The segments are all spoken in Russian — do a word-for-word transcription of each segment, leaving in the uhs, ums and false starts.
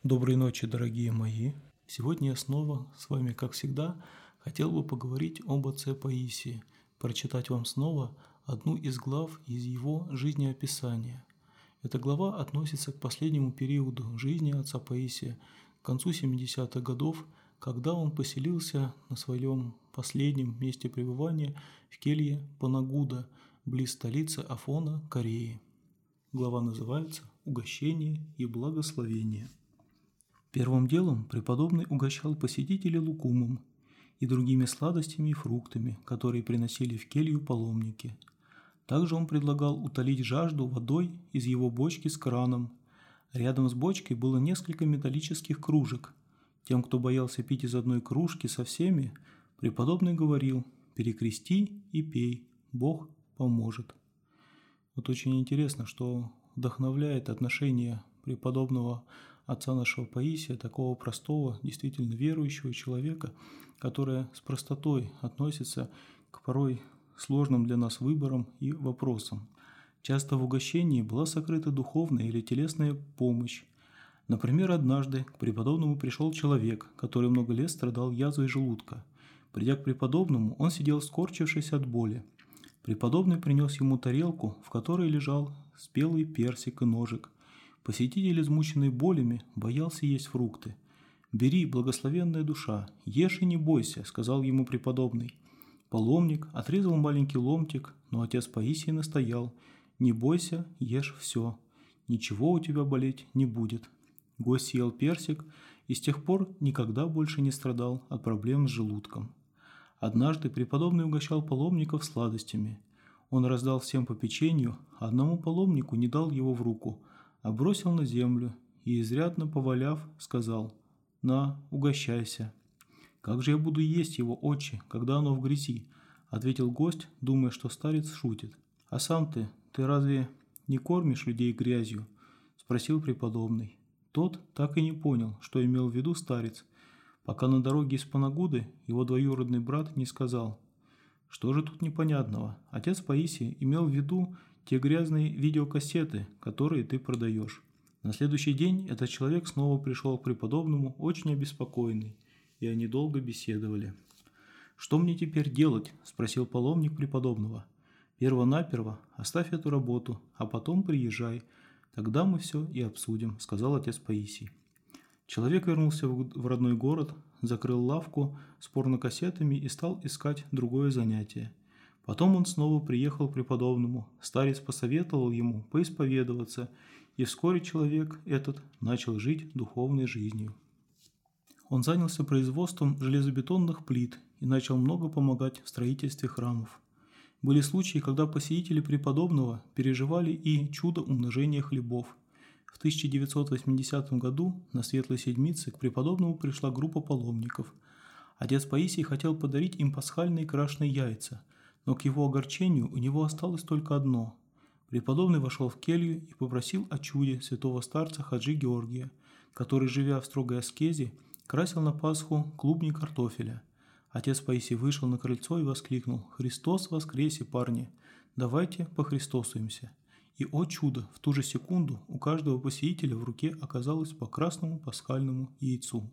Доброй ночи, дорогие мои. Сегодня я снова с вами, как всегда, хотел бы поговорить об отце Паисии, прочитать вам снова одну из глав из его жизнеописания. Эта глава относится к последнему периоду жизни отца Паисия, к концу семидесятых годов, когда он поселился на своем последнем месте пребывания в келье Панагуда, близ столицы Афона, Кореи. Глава называется «Угощение и благословение». Первым делом преподобный угощал посетителей лукумом и другими сладостями и фруктами, которые приносили в келью паломники. Также он предлагал утолить жажду водой из его бочки с краном. Рядом с бочкой было несколько металлических кружек. Тем, кто боялся пить из одной кружки со всеми, преподобный говорил: «Перекрести и пей, Бог поможет». Вот очень интересно, что вдохновляет отношение преподобного отца нашего Паисия, такого простого, действительно верующего человека, который с простотой относится к порой сложным для нас выборам и вопросам. Часто в угощении была сокрыта духовная или телесная помощь. Например, однажды к преподобному пришел человек, который много лет страдал язвой желудка. Придя к преподобному, он сидел скорчившись от боли. Преподобный принес ему тарелку, в которой лежал спелый персик и ножик. Посетитель, измученный болями, боялся есть фрукты. «Бери, благословенная душа, ешь и не бойся», — сказал ему преподобный. Паломник отрезал маленький ломтик, но отец Паисий настоял: «Не бойся, ешь все, ничего у тебя болеть не будет». Гость съел персик и с тех пор никогда больше не страдал от проблем с желудком. Однажды преподобный угощал паломников сладостями. Он раздал всем по печенью, а одному паломнику не дал его в руку, а бросил на землю и, изрядно поваляв, сказал: «На, угощайся». «Как же я буду есть его, отче, когда оно в грязи?» – ответил гость, думая, что старец шутит. «А сам ты, ты разве не кормишь людей грязью?» – спросил преподобный. Тот так и не понял, что имел в виду старец, пока на дороге из Панагуды его двоюродный брат не сказал: «Что же тут непонятного? Отец Паисий имел в виду те грязные видеокассеты, которые ты продаешь». На следующий день этот человек снова пришел к преподобному, очень обеспокоенный, и они долго беседовали. «Что мне теперь делать?» – спросил паломник преподобного. «Первонаперво оставь эту работу, а потом приезжай, тогда мы все и обсудим», – сказал отец Паисий. Человек вернулся в родной город, закрыл лавку с порнокассетами и стал искать другое занятие. Потом он снова приехал к преподобному. Старец посоветовал ему поисповедоваться, и вскоре человек этот начал жить духовной жизнью. Он занялся производством железобетонных плит и начал много помогать в строительстве храмов. Были случаи, когда посетители преподобного переживали и чудо умножения хлебов. В тысяча девятьсот восьмидесятом году на Светлой Седмице к преподобному пришла группа паломников. Отец Паисий хотел подарить им пасхальные крашеные яйца, но к его огорчению у него осталось только одно. Преподобный вошел в келью и попросил о чуде святого старца Хаджи Георгия, который, живя в строгой аскезе, красил на Пасху клубни картофеля. Отец Паисий вышел на крыльцо и воскликнул: «Христос воскресе, парни! Давайте похристосуемся!» И, о чудо, в ту же секунду у каждого посетителя в руке оказалось по красному пасхальному яйцу.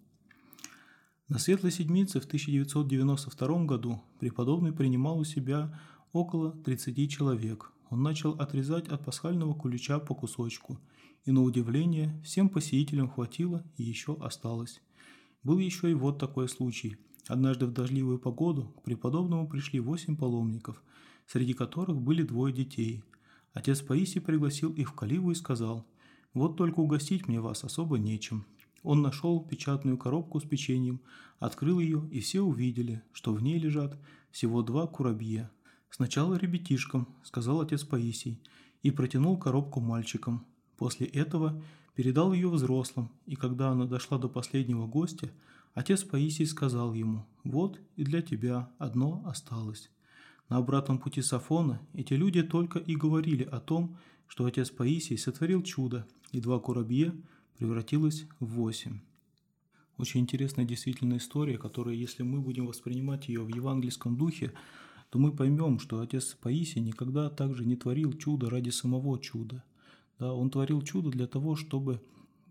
На Светлой Седмице в тысяча девятьсот девяносто втором году преподобный принимал у себя около тридцати человек. Он начал отрезать от пасхального кулича по кусочку, и, на удивление, всем посетителям хватило и еще осталось. Был еще и вот такой случай. Однажды в дождливую погоду к преподобному пришли восемь паломников, среди которых были двое детей. Отец Паисий пригласил их в каливу и сказал: «Вот только угостить мне вас особо нечем». Он нашел печатную коробку с печеньем, открыл ее, и все увидели, что в ней лежат всего два курабье. «Сначала ребятишкам», — сказал отец Паисий, и протянул коробку мальчикам. После этого передал ее взрослым, и когда она дошла до последнего гостя, отец Паисий сказал ему: «Вот и для тебя одно осталось». На обратном пути с Афона эти люди только и говорили о том, что отец Паисий сотворил чудо, и два курабье превратилось в восемь. Очень интересная действительно история, которая, если мы будем воспринимать ее в евангельском духе, то мы поймем, что отец Паисий никогда также не творил чудо ради самого чуда. Да, он творил чудо для того, чтобы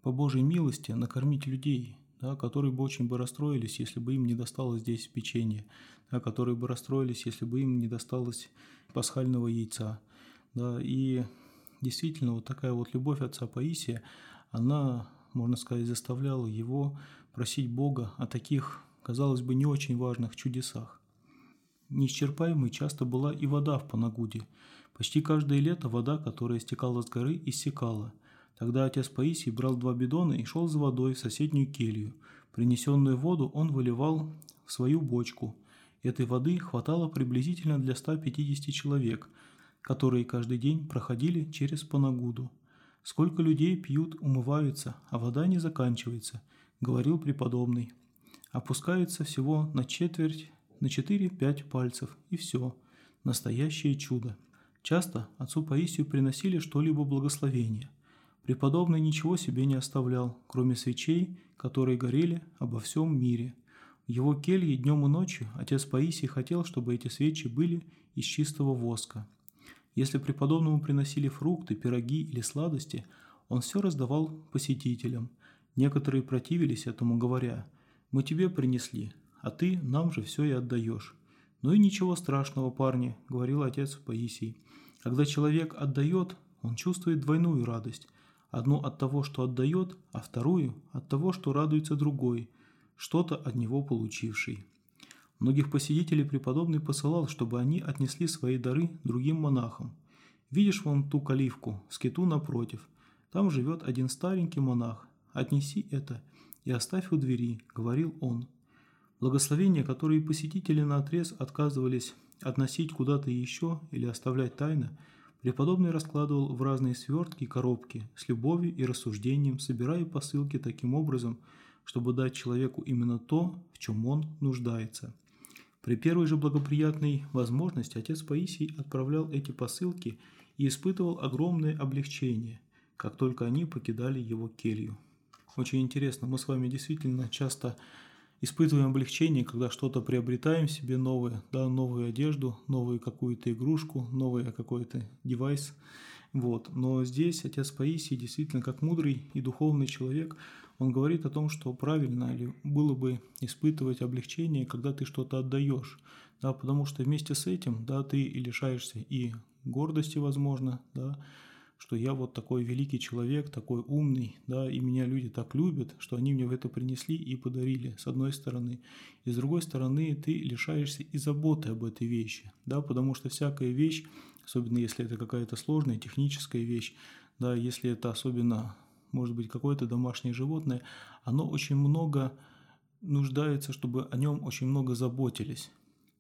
по Божьей милости накормить людей, да, которые бы очень бы расстроились, если бы им не досталось здесь печенье, да, которые бы расстроились, если бы им не досталось пасхального яйца. Да, и действительно, вот такая вот любовь отца Паисия, она, можно сказать, заставляла его просить Бога о таких, казалось бы, не очень важных чудесах. Неисчерпаемой часто была и вода в Панагуде. Почти каждое лето вода, которая стекала с горы, иссякала. Тогда отец Паисий брал два бидона и шел за водой в соседнюю келью. Принесенную воду он выливал в свою бочку. Этой воды хватало приблизительно для ста пятидесяти человек, которые каждый день проходили через Панагуду. «Сколько людей пьют, умываются, а вода не заканчивается», — говорил преподобный. «Опускается всего на четверть, на четыре-пять пальцев, и все. Настоящее чудо». Часто отцу Паисию приносили что-либо благословение. Преподобный ничего себе не оставлял, кроме свечей, которые горели обо всем мире. В его келье днем и ночью отец Паисий хотел, чтобы эти свечи были из чистого воска. Если преподобному приносили фрукты, пироги или сладости, он все раздавал посетителям. Некоторые противились этому, говоря: «Мы тебе принесли, а ты нам же все и отдаешь». «Ну и ничего страшного, парни», — говорил отец Паисий. «Когда человек отдает, он чувствует двойную радость. Одну от того, что отдает, а вторую от того, что радуется другой, что-то от него получивший». Многих посетителей преподобный посылал, чтобы они отнесли свои дары другим монахам. «Видишь вон ту каливку, в скиту напротив? Там живет один старенький монах. Отнеси это и оставь у двери», — говорил он. Благословения, которые посетители наотрез отказывались относить куда-то еще или оставлять тайно, преподобный раскладывал в разные свертки и коробки, с любовью и рассуждением собирая посылки таким образом, чтобы дать человеку именно то, в чем он нуждается. При первой же благоприятной возможности отец Паисий отправлял эти посылки и испытывал огромное облегчение, как только они покидали его келью. Очень интересно, мы с вами действительно часто испытываем облегчение, когда что-то приобретаем себе новое, да, новую одежду, новую какую-то игрушку, новый какой-то девайс. Вот. Но здесь отец Паисий действительно, как мудрый и духовный человек, он говорит о том, что правильно ли было бы испытывать облегчение, когда ты что-то отдаешь, да, потому что вместе с этим, да, ты и лишаешься и гордости, возможно, да, что я вот такой великий человек, такой умный, да, и меня люди так любят, что они мне в это принесли и подарили, с одной стороны. И с другой стороны, ты лишаешься и заботы об этой вещи, да, потому что всякая вещь, особенно если это какая-то сложная техническая вещь, да, если это особенно, может быть, какое-то домашнее животное, оно очень много нуждается, чтобы о нем очень много заботились.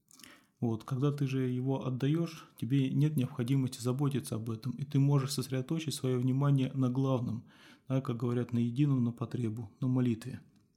Вот, когда ты же его отдаешь, тебе нет необходимости заботиться об этом, и ты можешь сосредоточить свое внимание на главном, да, как говорят, на едином, на потребу, на молитве.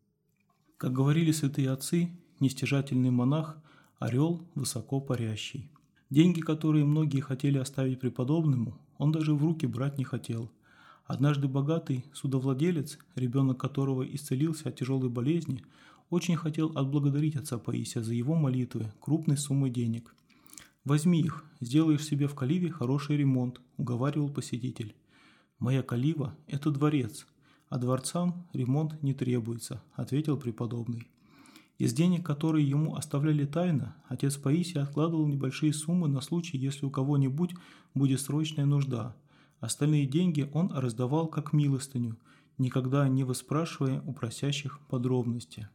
Как говорили святые отцы, нестяжательный монах – орел высоко парящий. Деньги, которые многие хотели оставить преподобному, он даже в руки брать не хотел. Однажды богатый судовладелец, ребенок которого исцелился от тяжелой болезни, очень хотел отблагодарить отца Паисия за его молитвы крупной суммой денег. «Возьми их, сделаешь себе в Каливе хороший ремонт», – уговаривал посетитель. «Моя Калива – это дворец, а дворцам ремонт не требуется», – ответил преподобный. Из денег, которые ему оставляли тайно, отец Паисий откладывал небольшие суммы на случай, если у кого-нибудь будет срочная нужда. Остальные деньги он раздавал как милостыню, никогда не выспрашивая у просящих подробности.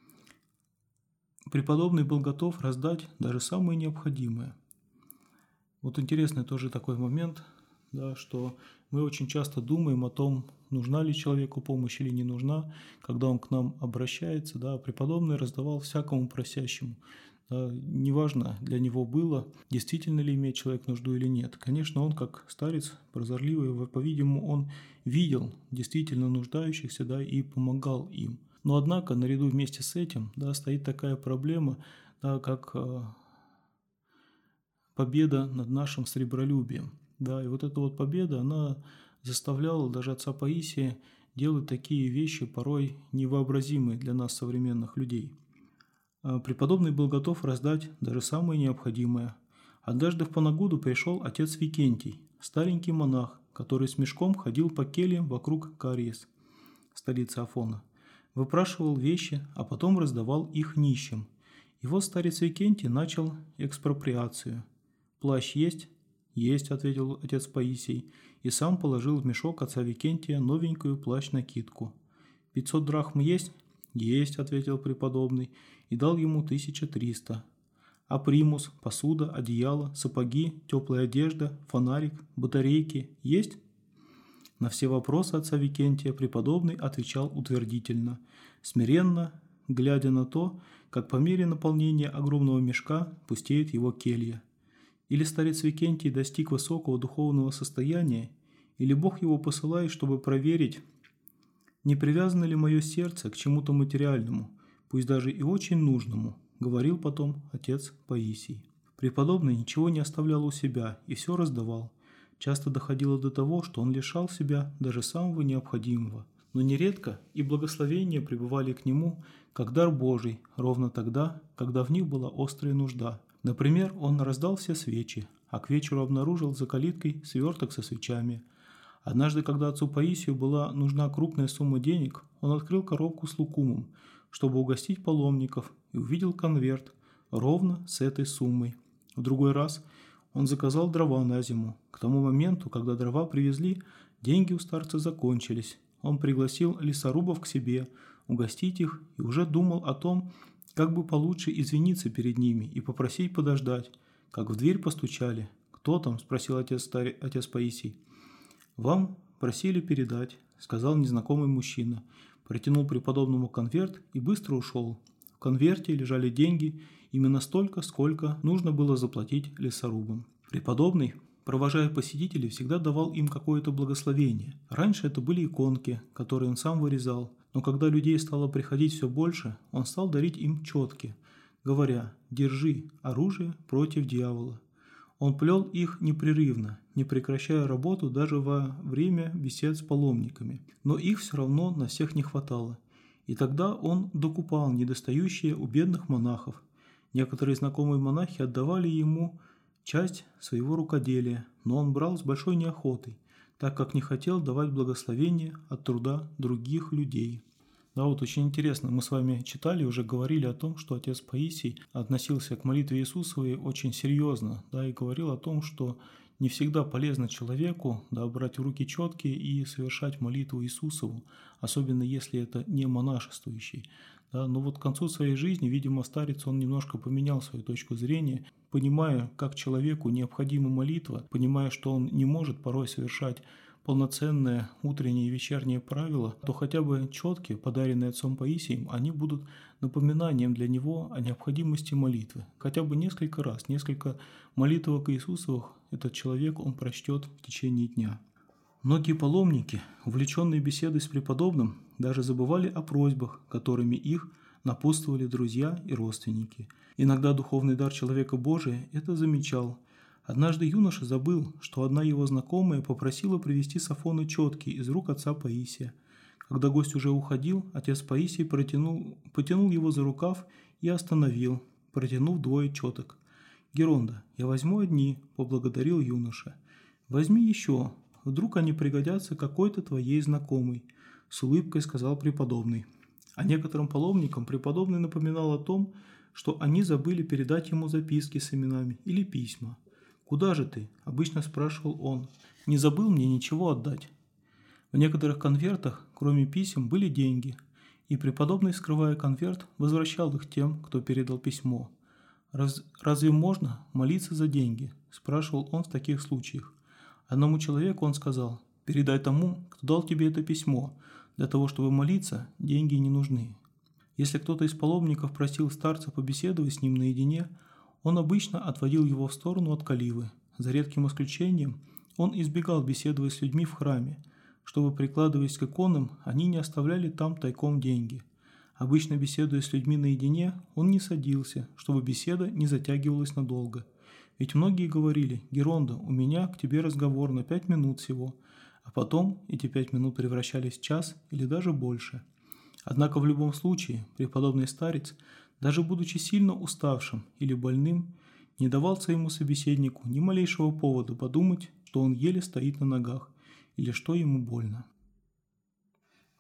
Преподобный был готов раздать даже самое необходимое. Вот интересный тоже такой момент, да, что мы очень часто думаем о том, нужна ли человеку помощь или не нужна, когда он к нам обращается. Да, преподобный раздавал всякому просящему. Да, неважно для него было, действительно ли имеет человек нужду или нет. Конечно, он как старец прозорливый, по-видимому, он видел действительно нуждающихся, да, и помогал им. Но однако, наряду вместе с этим, да, стоит такая проблема, да, как э, победа над нашим сребролюбием. Да, и вот эта вот победа, она заставляла даже отца Паисия делать такие вещи, порой невообразимые для нас, современных людей. А преподобный был готов раздать даже самое необходимое. Однажды в Панагуду пришел отец Викентий, старенький монах, который с мешком ходил по кельям вокруг Кариес. столицы Афона, выпрашивал вещи, а потом раздавал их нищим. И вот старец Викентий начал экспроприацию. «Плащ есть?» «Есть», — ответил отец Паисий, и сам положил в мешок отца Викентия новенькую плащ-накидку. «Пятьсот драхм есть?» «Есть», — ответил преподобный, и дал ему тысяча триста. «А примус, посуда, одеяло, сапоги, теплая одежда, фонарик, батарейки есть?» На все вопросы отца Викентия преподобный отвечал утвердительно, смиренно, глядя на то, как по мере наполнения огромного мешка пустеет его келья. Или старец Викентий достиг высокого духовного состояния, или Бог его посылает, чтобы проверить, не привязано ли мое сердце к чему-то материальному, пусть даже и очень нужному, говорил потом отец Паисий. Преподобный ничего не оставлял у себя и все раздавал. Часто доходило до того, что он лишал себя даже самого необходимого. Но нередко и благословения пребывали к нему, как дар Божий, ровно тогда, когда в них была острая нужда. Например, он раздал все свечи, а к вечеру обнаружил за калиткой сверток со свечами. Однажды, когда отцу Паисию была нужна крупная сумма денег, он открыл коробку с лукумом, чтобы угостить паломников, и увидел конверт ровно с этой суммой. В другой раз он заказал дрова на зиму. К тому моменту, когда дрова привезли, деньги у старца закончились. Он пригласил лесорубов к себе, угостить их, и уже думал о том, как бы получше извиниться перед ними и попросить подождать, как в дверь постучали. «Кто там?» – спросил отец, старый, отец Паисий. «Вам просили передать», – сказал незнакомый мужчина. Протянул преподобному конверт и быстро ушел. В конверте лежали деньги, именно столько, сколько нужно было заплатить лесорубам. Преподобный, провожая посетителей, всегда давал им какое-то благословение. Раньше это были иконки, которые он сам вырезал, но когда людей стало приходить все больше, он стал дарить им четки, говоря: «Держи оружие против дьявола». Он плел их непрерывно, не прекращая работу даже во время бесед с паломниками, но их все равно на всех не хватало. И тогда он докупал недостающие у бедных монахов. Некоторые знакомые монахи отдавали ему часть своего рукоделия, но он брал с большой неохотой, так как не хотел давать благословения от труда других людей. Да, вот очень интересно, мы с вами читали, уже говорили о том, что отец Паисий относился к молитве Иисусовой очень серьезно, да, и говорил о том, что не всегда полезно человеку, да, брать в руки четки и совершать молитву Иисусову, особенно если это не монашествующий. Да, но вот к концу своей жизни, видимо, старец, он немножко поменял свою точку зрения, понимая, как человеку необходима молитва, понимая, что он не может порой совершать полноценное утреннее и вечернее правило, то хотя бы четки, подаренные отцом Паисием, они будут напоминанием для него о необходимости молитвы. Хотя бы несколько раз, несколько молитвок Иисусовых этот человек он прочтет в течение дня. Многие паломники, увлеченные беседой с преподобным, даже забывали о просьбах, которыми их напутствовали друзья и родственники. Иногда духовный дар человека Божия это замечал. Однажды юноша забыл, что одна его знакомая попросила привезти с Афона четки из рук отца Паисия. Когда гость уже уходил, отец Паисий протянул, потянул его за рукав и остановил, протянув двое четок. «Геронда, я возьму одни», – поблагодарил юноша. «Возьми еще, вдруг они пригодятся какой-то твоей знакомой», – с улыбкой сказал преподобный. А некоторым паломникам преподобный напоминал о том, что они забыли передать ему записки с именами или письма. «Куда же ты?» – обычно спрашивал он. «Не забыл мне ничего отдать?» В некоторых конвертах, кроме писем, были деньги, и преподобный, скрывая конверт, возвращал их тем, кто передал письмо. «Раз, «Разве можно молиться за деньги?» – спрашивал он в таких случаях. Одному человеку он сказал: «Передай тому, кто дал тебе это письмо. Для того, чтобы молиться, деньги не нужны». Если кто-то из паломников просил старца побеседовать с ним наедине, он обычно отводил его в сторону от каливы. За редким исключением, он избегал беседовать с людьми в храме, чтобы, прикладываясь к иконам, они не оставляли там тайком деньги. Обычно, беседуя с людьми наедине, он не садился, чтобы беседа не затягивалась надолго. Ведь многие говорили: «Геронда, у меня к тебе разговор на пять минут всего», а потом эти пять минут превращались в час или даже больше. Однако в любом случае преподобный старец, даже будучи сильно уставшим или больным, не давал своему собеседнику ни малейшего повода подумать, что он еле стоит на ногах или что ему больно.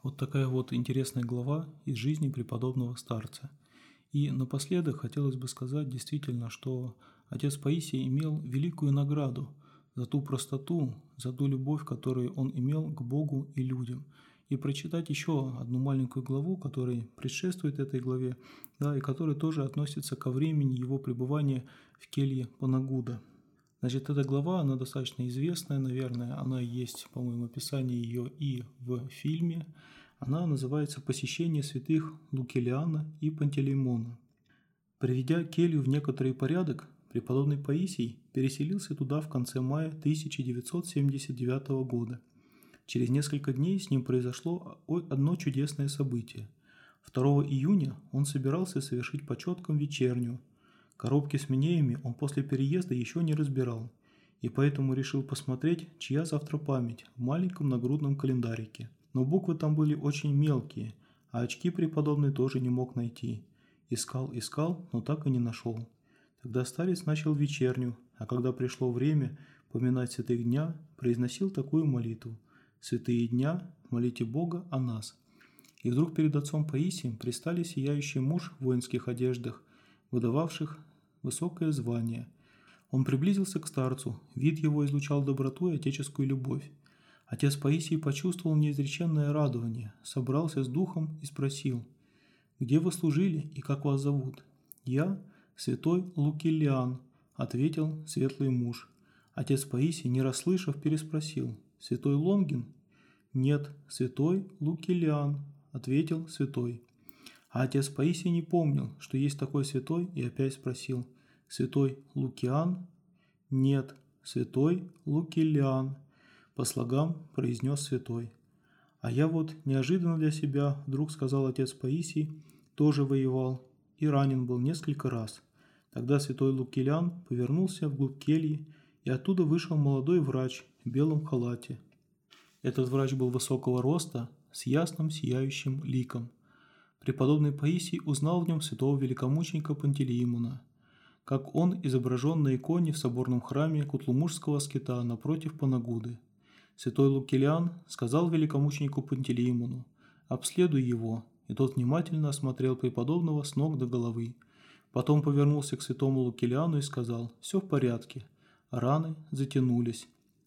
Вот такая вот интересная глава из жизни преподобного старца. И напоследок хотелось бы сказать действительно, что отец Паисий имел великую награду за ту простоту, за ту любовь, которую он имел к Богу и людям. И прочитать еще одну маленькую главу, которая предшествует этой главе, да, и которая тоже относится ко времени его пребывания в келье Панагуда. Значит, эта глава, она достаточно известная, наверное, она есть, по-моему, описание ее и в фильме. Она называется «Посещение святых Лукилиана и Пантелеймона». Приведя келью в некоторый порядок, преподобный Паисий переселился туда в конце мая тысяча девятьсот семьдесят девятого года. Через несколько дней с ним произошло одно чудесное событие. второго июня он собирался совершить по четкам вечернюю. Коробки с минеями он после переезда еще не разбирал, и поэтому решил посмотреть, чья завтра память в маленьком нагрудном календарике. Но буквы там были очень мелкие, а очки преподобный тоже не мог найти. Искал, искал, но так и не нашел. Тогда старец начал вечерню, а когда пришло время поминать святых дня, произносил такую молитву: «Святые дня, молите Бога о нас». И вдруг перед отцом Паисием предстали сияющий муж в воинских одеждах, выдававших высокое звание. Он приблизился к старцу, вид его излучал доброту и отеческую любовь. Отец Паисий почувствовал неизреченное радование, собрался с духом и спросил: «Где вы служили и как вас зовут?» «Я святой Лукилиан», — ответил светлый муж. Отец Паисий, не расслышав, переспросил: «Святой Лонгин?» «Нет, святой Лукилиан», — ответил святой. А отец Паисий не помнил, что есть такой святой, и опять спросил: «Святой Лукиан?» «Нет, святой Лукилиан», — по слогам произнес святой. «А я вот неожиданно для себя, вдруг сказал отец Паисий, тоже воевал и ранен был несколько раз». Тогда святой Лукилиан повернулся вглубь кельи, и оттуда вышел молодой врач в белом халате. Этот врач был высокого роста, с ясным сияющим ликом. Преподобный Паисий узнал в нем святого великомученика Пантелеимона, как он изображен на иконе в соборном храме Кутлумурского скита напротив Панагуды. Святой Лукилиан сказал великомученику Пантелеимону: «Обследуй его», и тот внимательно осмотрел преподобного с ног до головы. Потом повернулся к святому Лукилиану и сказал: «Все в порядке, раны затянулись,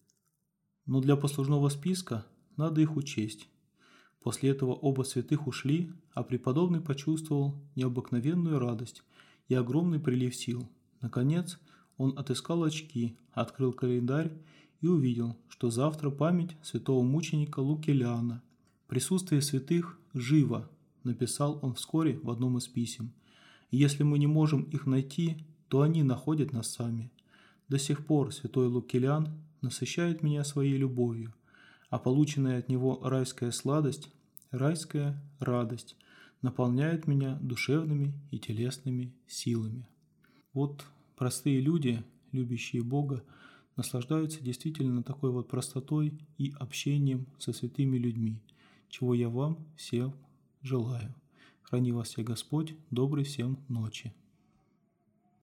но для послужного списка надо их учесть». После этого оба святых ушли, а преподобный почувствовал необыкновенную радость и огромный прилив сил. Наконец он отыскал очки, открыл календарь и увидел, что завтра память святого мученика Лукилиана. «Присутствие святых живо», — написал он вскоре в одном из писем. «И если мы не можем их найти, то они находят нас сами. До сих пор святой Лукилиан насыщает меня своей любовью, а полученная от него райская сладость, райская радость наполняет меня душевными и телесными силами». Вот простые люди, любящие Бога, наслаждаются действительно такой вот простотой и общением со святыми людьми, чего я вам всем желаю. Храни вас всех Господь, доброй всем ночи.